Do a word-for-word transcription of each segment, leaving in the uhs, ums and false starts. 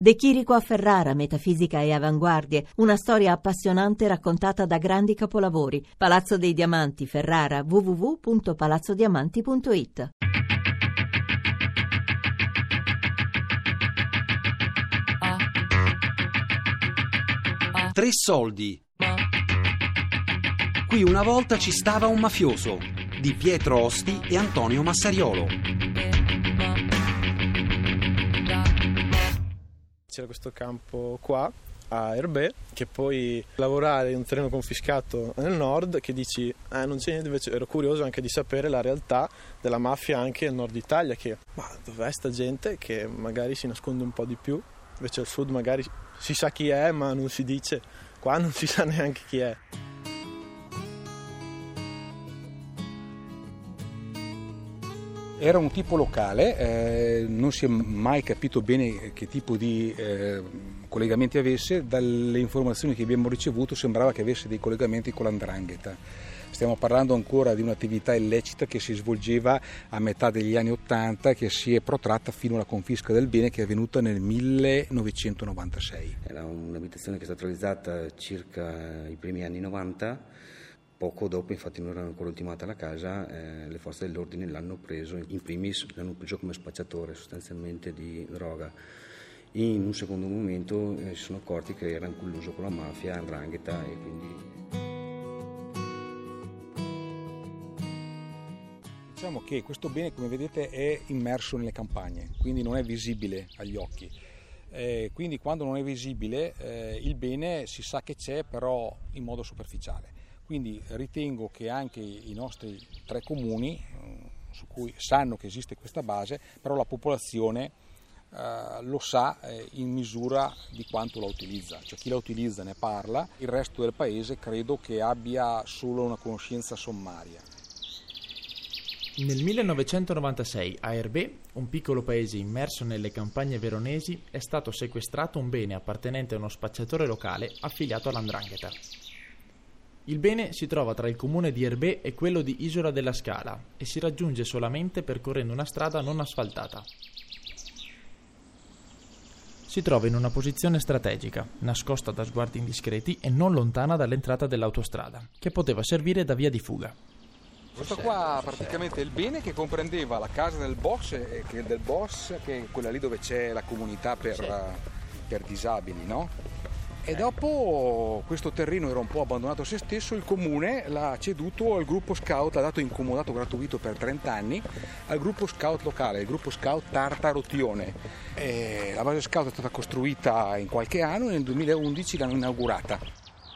De Chirico a Ferrara, metafisica e avanguardie, una storia appassionante raccontata da grandi capolavori. Palazzo dei Diamanti, Ferrara, w w w punto palazzo diamanti punto i t. Tre soldi. Qui una volta ci stava un mafioso, di Pietro Osti e Antonio Massariolo. C'era questo campo qua a Erbè, che poi lavorare in un terreno confiscato nel nord, che dici eh, non c'è niente. Invece ero curioso anche di sapere la realtà della mafia anche nel nord Italia, che ma dov'è sta gente che magari si nasconde un po' di più, invece al sud magari si sa chi è ma non si dice, qua non si sa neanche chi è. Era un tipo locale, eh, non si è mai capito bene che tipo di eh, collegamenti avesse. Dalle informazioni che abbiamo ricevuto sembrava che avesse dei collegamenti con l'Andrangheta. Stiamo parlando ancora di un'attività illecita che si svolgeva a metà degli anni Ottanta, che si è protratta fino alla confisca del bene, che è avvenuta nel millenovecentonovantasei. Era un'abitazione che è stata realizzata circa i primi anni novanta. Poco dopo, infatti non era ancora ultimata la casa, eh, le forze dell'ordine l'hanno preso, in primis l'hanno preso come spacciatore sostanzialmente di droga. In un secondo momento eh, si sono accorti che era incluso con la mafia, 'ndrangheta, e quindi... Diciamo che questo bene, come vedete, è immerso nelle campagne, quindi non è visibile agli occhi. Eh, quindi quando non è visibile eh, il bene si sa che c'è, però in modo superficiale. Quindi ritengo che anche i nostri tre comuni, su cui sanno che esiste questa base, però la popolazione eh, lo sa eh, in misura di quanto la utilizza. Cioè chi la utilizza ne parla, il resto del paese credo che abbia solo una conoscenza sommaria. Nel millenovecentonovantasei a Erbè, un piccolo paese immerso nelle campagne veronesi, è stato sequestrato un bene appartenente a uno spacciatore locale affiliato all'Andrangheta. Il bene si trova tra il comune di Erbè e quello di Isola della Scala e si raggiunge solamente percorrendo una strada non asfaltata. Si trova in una posizione strategica, nascosta da sguardi indiscreti e non lontana dall'entrata dell'autostrada, che poteva servire da via di fuga. Questo qua praticamente è il bene che comprendeva la casa del boss, che del boss, che è quella lì dove c'è la comunità per, sì. per disabili, no? E dopo questo terreno era un po' abbandonato a se stesso, il comune l'ha ceduto al gruppo scout, l'ha dato in comodato gratuito per trenta anni al gruppo scout locale, il gruppo scout Tartarotione. E la base scout è stata costruita in qualche anno e nel duemilaundici l'hanno inaugurata.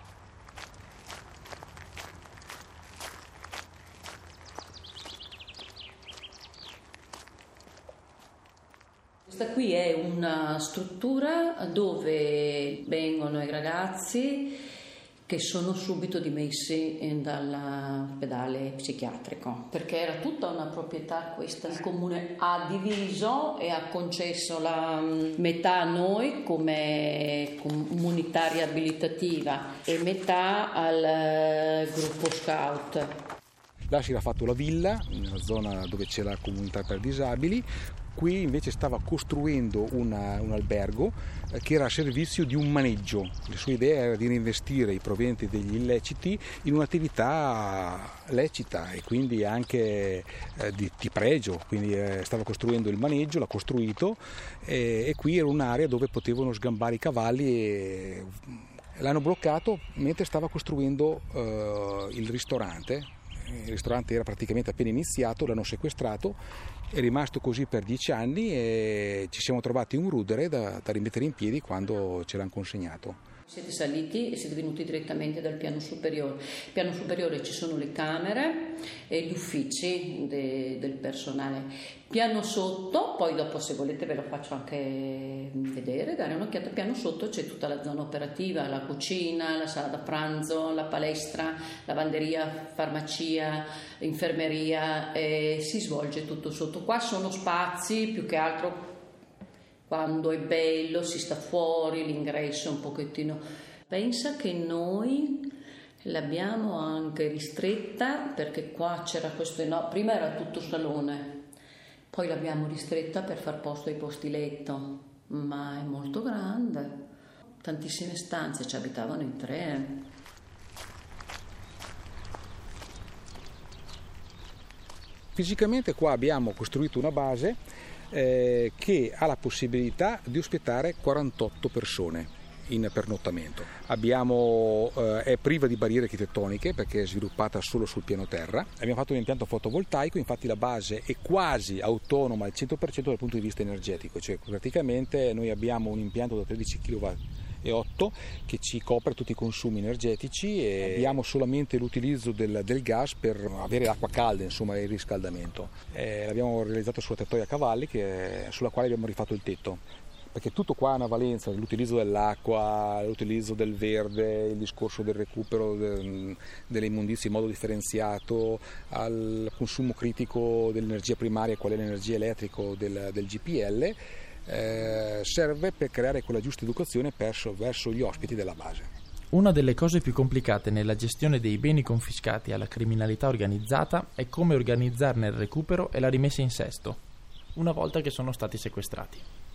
Questa qui è una struttura dove vengono i ragazzi che sono subito dimessi dall'ospedale psichiatrico, perché era tutta una proprietà questa. Il comune ha diviso e ha concesso la metà a noi come comunità riabilitativa e metà al gruppo scout. Là si era fatto la villa, nella zona dove c'è la comunità per disabili. Qui invece stava costruendo una, un albergo eh, che era a servizio di un maneggio. La sua idea era di reinvestire i proventi degli illeciti in un'attività lecita e quindi anche eh, di, di pregio. Quindi eh, stava costruendo il maneggio, l'ha costruito e, e qui era un'area dove potevano sgambare i cavalli e l'hanno bloccato mentre stava costruendo eh, il ristorante. Il ristorante era praticamente appena iniziato, l'hanno sequestrato, è rimasto così per dieci anni e ci siamo trovati un rudere da, da rimettere in piedi quando ce l'hanno consegnato. Siete saliti e siete venuti direttamente dal piano superiore. Nel piano superiore ci sono le camere e gli uffici de, del personale. Piano sotto, poi dopo se volete ve lo faccio anche vedere, dare un'occhiata. Piano sotto c'è tutta la zona operativa, la cucina, la sala da pranzo, la palestra, lavanderia, farmacia, infermeria, e si svolge tutto sotto. Qua sono spazi più che altro. Quando è bello si sta fuori, l'ingresso è un pochettino. Pensa che noi l'abbiamo anche ristretta perché qua c'era questo, no, prima era tutto salone, poi l'abbiamo ristretta per far posto ai posti letto. ma è molto grande, tantissime stanze, ci abitavano in tre. Fisicamente qua abbiamo costruito una base eh, che ha la possibilità di ospitare quarantotto persone in pernottamento. Abbiamo, eh, è priva di barriere architettoniche perché è sviluppata solo sul piano terra. Abbiamo fatto un impianto fotovoltaico, infatti la base è quasi autonoma al cento per cento dal punto di vista energetico, cioè praticamente noi abbiamo un impianto da tredici chilowatt e otto che ci copre tutti i consumi energetici e abbiamo solamente l'utilizzo del, del gas per avere l'acqua calda, insomma il riscaldamento. Eh, l'abbiamo realizzato sulla tettoia a cavalli che, sulla quale abbiamo rifatto il tetto. Perché tutto qua ha una valenza, l'utilizzo dell'acqua, l'utilizzo del verde, il discorso del recupero de, delle immondizie in modo differenziato, al consumo critico dell'energia primaria, qual è l'energia elettrica del, del G P L, eh, serve per creare quella giusta educazione verso, verso gli ospiti della base. Una delle cose più complicate nella gestione dei beni confiscati alla criminalità organizzata è come organizzarne il recupero e la rimessa in sesto, una volta che sono stati sequestrati.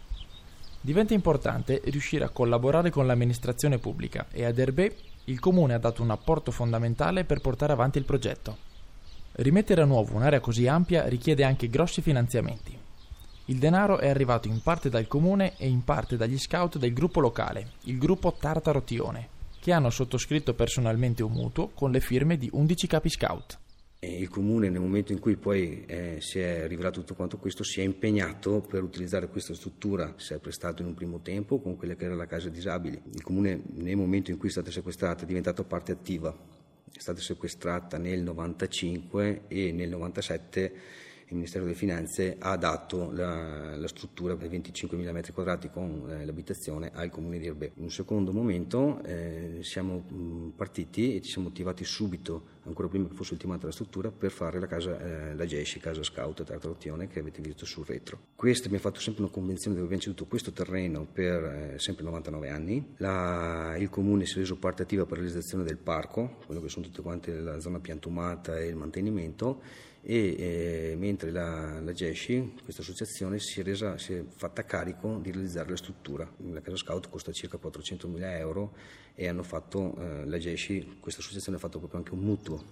Diventa importante riuscire a collaborare con l'amministrazione pubblica e ad Herbe il comune ha dato un apporto fondamentale per portare avanti il progetto. Rimettere a nuovo un'area così ampia richiede anche grossi finanziamenti. Il denaro è arrivato in parte dal comune e in parte dagli scout del gruppo locale, il gruppo Tartaro Tione, che hanno sottoscritto personalmente un mutuo con le firme di undici capi scout. Il comune, nel momento in cui poi eh, si è rivelato tutto quanto questo, si è impegnato per utilizzare questa struttura, si è prestato in un primo tempo con quella che era la casa disabili. Il comune, nel momento in cui è stata sequestrata, è diventato parte attiva, è stata sequestrata nel novantacinque e nel novantasette il Ministero delle Finanze ha dato la, la struttura per venticinquemila metri quadrati con eh, l'abitazione al comune di Herbe. In un secondo momento eh, siamo mh, partiti e ci siamo attivati subito, ancora prima che fosse ultimata la struttura, per fare la casa, eh, la Gesci, casa scout Tartaro Tione, che avete visto sul retro. Questo abbiamo fatto sempre una convenzione dove abbiamo ceduto questo terreno per eh, sempre novantanove anni. La, il comune si è reso parte attiva per la realizzazione del parco, quello che sono tutte quante la zona piantumata e il mantenimento, e eh, mentre la, la Gesci, questa associazione, si è, resa, si è fatta carico di realizzare la struttura. La casa scout costa circa quattrocentomila euro e hanno fatto, eh, la Gesci, questa associazione ha fatto proprio anche un mutuo.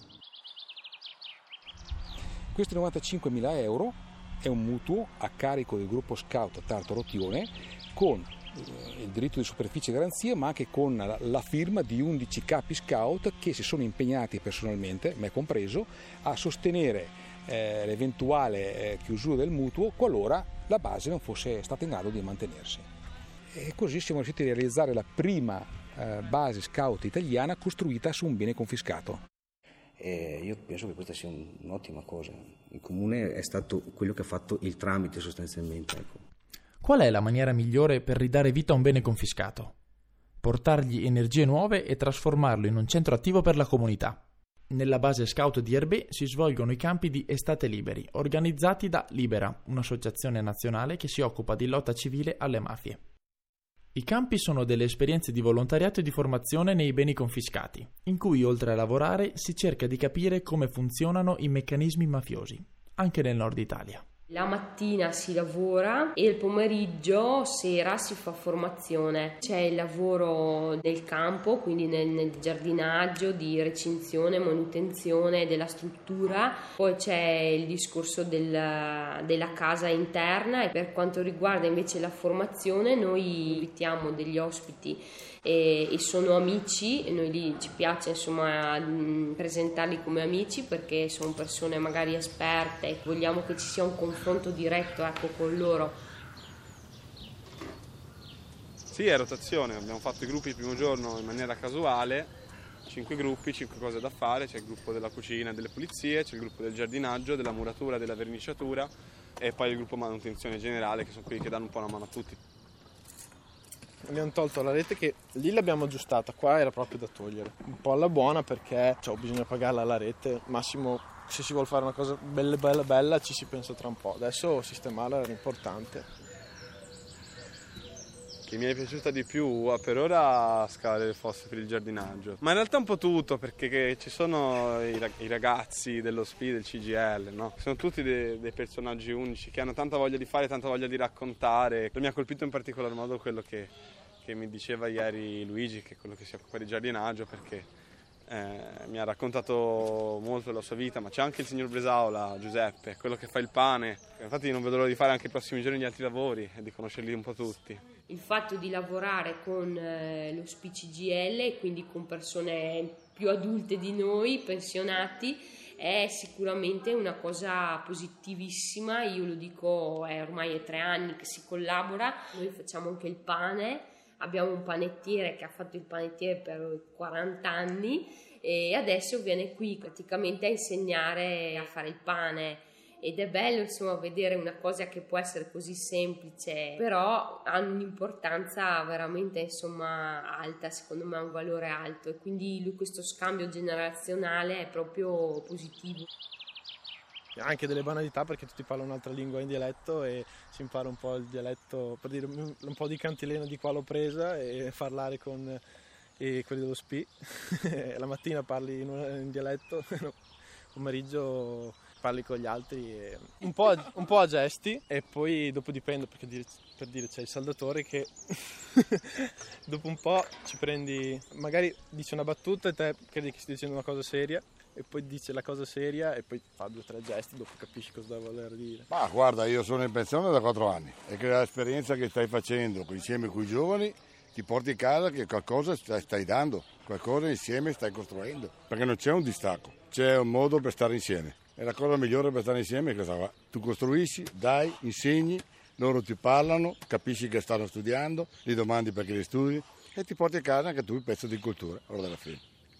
Questi novantacinquemila euro è un mutuo a carico del gruppo scout Tartaro Tione con il diritto di superficie e garanzia, ma anche con la firma di undici capi scout che si sono impegnati personalmente, me compreso, a sostenere eh, l'eventuale eh, chiusura del mutuo qualora la base non fosse stata in grado di mantenersi. E così siamo riusciti a realizzare la prima eh, base scout italiana costruita su un bene confiscato. E io penso che questa sia un'ottima cosa. Il comune è stato quello che ha fatto il tramite sostanzialmente, ecco. Qual è la maniera migliore per ridare vita a un bene confiscato? Portargli energie nuove e trasformarlo in un centro attivo per la comunità. Nella base scout di Herbe si svolgono i campi di Estate Liberi, organizzati da Libera, un'associazione nazionale che si occupa di lotta civile alle mafie. I campi sono delle esperienze di volontariato e di formazione nei beni confiscati, in cui oltre a lavorare si cerca di capire come funzionano i meccanismi mafiosi, anche nel nord Italia. La mattina si lavora e il pomeriggio, sera, si fa formazione. C'è il lavoro nel campo, quindi nel, nel giardinaggio, di recinzione, manutenzione della struttura. Poi c'è il discorso del, della casa interna e per quanto riguarda invece la formazione noi invitiamo degli ospiti e, e sono amici e noi lì ci piace insomma presentarli come amici perché sono persone magari esperte e vogliamo che ci sia un confronto diretto ecco con loro. Sì, è rotazione, abbiamo fatto i gruppi il primo giorno in maniera casuale, cinque gruppi, cinque cose da fare, c'è il gruppo della cucina e delle pulizie, c'è il gruppo del giardinaggio, della muratura, della verniciatura e poi il gruppo manutenzione generale che sono quelli che danno un po' la mano a tutti. Abbiamo tolto la rete che lì l'abbiamo aggiustata, qua era proprio da togliere, un po' alla buona perché cioè, bisogna pagarla la rete, massimo se si vuole fare una cosa bella bella bella ci si pensa tra un po', adesso sistemarla era importante. che mi è piaciuta di più per ora scalare le fosse per il giardinaggio, ma in realtà un po' tutto, perché ci sono i ragazzi dello S P I, del C G I L, no? Sono tutti dei, dei personaggi unici che hanno tanta voglia di fare, tanta voglia di raccontare. Mi ha colpito in particolar modo quello che, che mi diceva ieri Luigi, che è quello che si occupa di giardinaggio, perché Eh, mi ha raccontato molto della sua vita, ma c'è anche il signor Bresaola, Giuseppe, quello che fa il pane. Infatti non vedo l'ora di fare anche i prossimi giorni gli altri lavori e di conoscerli un po' tutti. Il fatto di lavorare con eh, lo S P I C G I L, quindi con persone più adulte di noi, pensionati, è sicuramente una cosa positivissima. Io lo dico, è ormai è tre anni che si collabora, noi facciamo anche il pane. Abbiamo un panettiere che ha fatto il panettiere per quaranta anni e adesso viene qui praticamente a insegnare a fare il pane, ed è bello insomma vedere una cosa che può essere così semplice, però ha un'importanza veramente insomma alta, secondo me ha un valore alto, e quindi lui, questo scambio generazionale è proprio positivo. Anche delle banalità, perché tutti parlano un'altra lingua in dialetto e si impara un po' il dialetto, per dire un po' di cantilena di qua l'ho presa, e parlare con e quelli dello S P I. La mattina parli in, un, in dialetto, il pomeriggio parli con gli altri, e un, po a, un po' a gesti, e poi dopo dipende, perché dire, per dire c'è il saldatore che dopo un po' ci prendi, magari dice una battuta e te credi che stia dicendo una cosa seria, e poi dice la cosa seria e poi fa due o tre gesti, dopo capisci cosa deve voler dire. Ma guarda, io sono in pensione da quattro anni e che l'esperienza che stai facendo insieme con i giovani ti porti a casa che qualcosa stai dando, qualcosa insieme stai costruendo, perché non c'è un distacco, c'è un modo per stare insieme, e la cosa migliore per stare insieme è questa qua: tu costruisci, dai, insegni, loro ti parlano, capisci che stanno studiando, li domandi perché li studi e ti porti a casa anche tu il pezzo di cultura, ora della fine.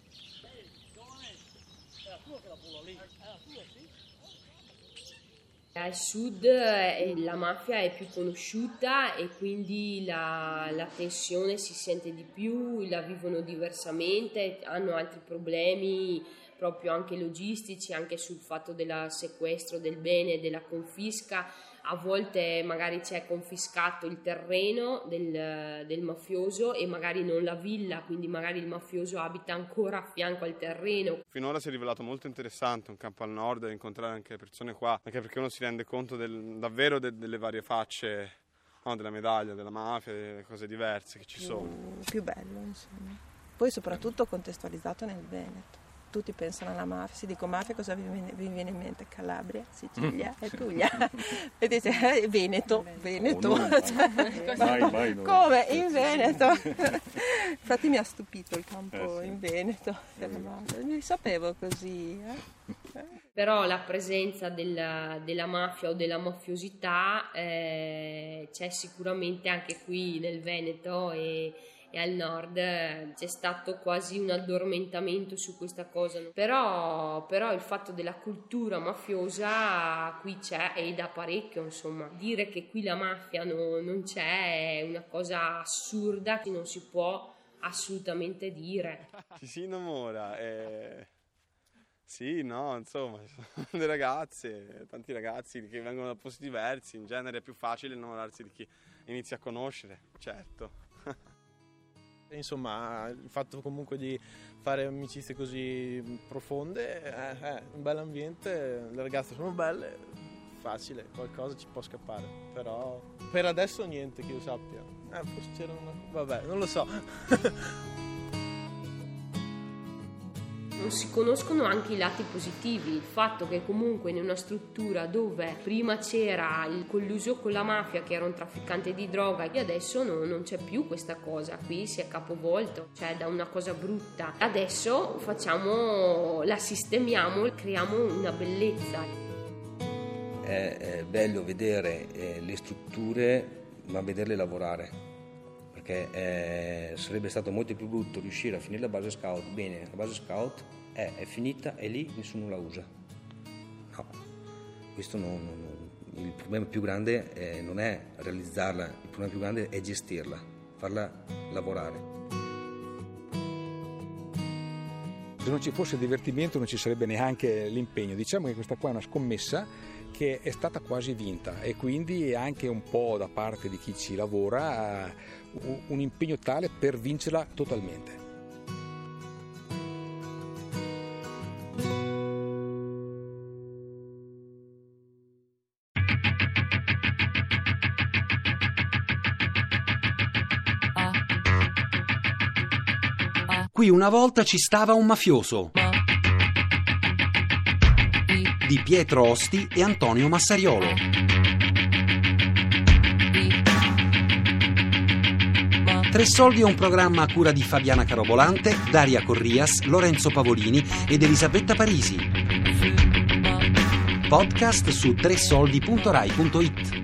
Al sud eh, la mafia è più conosciuta e quindi la, la tensione si sente di più, la vivono diversamente, hanno altri problemi proprio anche logistici, anche sul fatto del sequestro del bene, della confisca. A volte magari c'è confiscato il terreno del, del mafioso e magari non la villa, quindi magari il mafioso abita ancora a fianco al terreno. Finora si è rivelato molto interessante un campo al nord, incontrare anche persone qua, anche perché uno si rende conto del, davvero de, delle varie facce, no, della medaglia, della mafia, delle cose diverse che ci più, sono. Più bello, insomma. Poi soprattutto contestualizzato nel Veneto. Tutti pensano alla mafia, si dico mafia, cosa vi viene, vi viene in mente? Calabria, Sicilia e Puglia. E dice eh, Veneto, Veneto. Oh, no, cioè, mai, mai, no. Come? In Veneto? Infatti mi ha stupito il campo eh, sì. in Veneto. Non mi sapevo così. Eh? Però la presenza della, della mafia o della mafiosità eh, c'è sicuramente anche qui nel Veneto, e e al nord c'è stato quasi un addormentamento su questa cosa, però, però il fatto della cultura mafiosa qui c'è, e da parecchio, insomma. Dire che qui la mafia no, non c'è è una cosa assurda che non si può assolutamente dire. Ci si innamora, eh... sì, no, insomma, ci sono delle ragazze, tanti ragazzi che vengono da posti diversi, in genere è più facile innamorarsi di chi inizia a conoscere, certo. Insomma, il fatto comunque di fare amicizie così profonde è, è un bel ambiente, le ragazze sono belle, facile, qualcosa ci può scappare, però per adesso niente che io sappia. Eh, forse c'era una... vabbè, non lo so. Non si conoscono anche i lati positivi, il fatto che comunque in una struttura dove prima c'era il colluso con la mafia, che era un trafficante di droga, e adesso no, non c'è più questa cosa, qui si è capovolto, cioè da una cosa brutta adesso facciamo, la sistemiamo e creiamo una bellezza. È, è bello vedere eh, le strutture, ma vederle lavorare. Perché eh, sarebbe stato molto più brutto riuscire a finire la base scout. Bene, la base scout è, è finita e lì nessuno la usa. No, questo non, non, il problema più grande è, non è realizzarla, il problema più grande è gestirla, farla lavorare. Se non ci fosse divertimento non ci sarebbe neanche l'impegno. Diciamo che questa qua è una scommessa che è stata quasi vinta, e quindi anche un po' da parte di chi ci lavora un impegno tale per vincerla totalmente. Qui una volta ci stava un mafioso. Di Pietro Osti e Antonio Massariolo. Tre Soldi è un programma a cura di Fabiana Carobolante, Daria Corrias, Lorenzo Pavolini ed Elisabetta Parisi. Podcast su tre soldi punto rai punto it.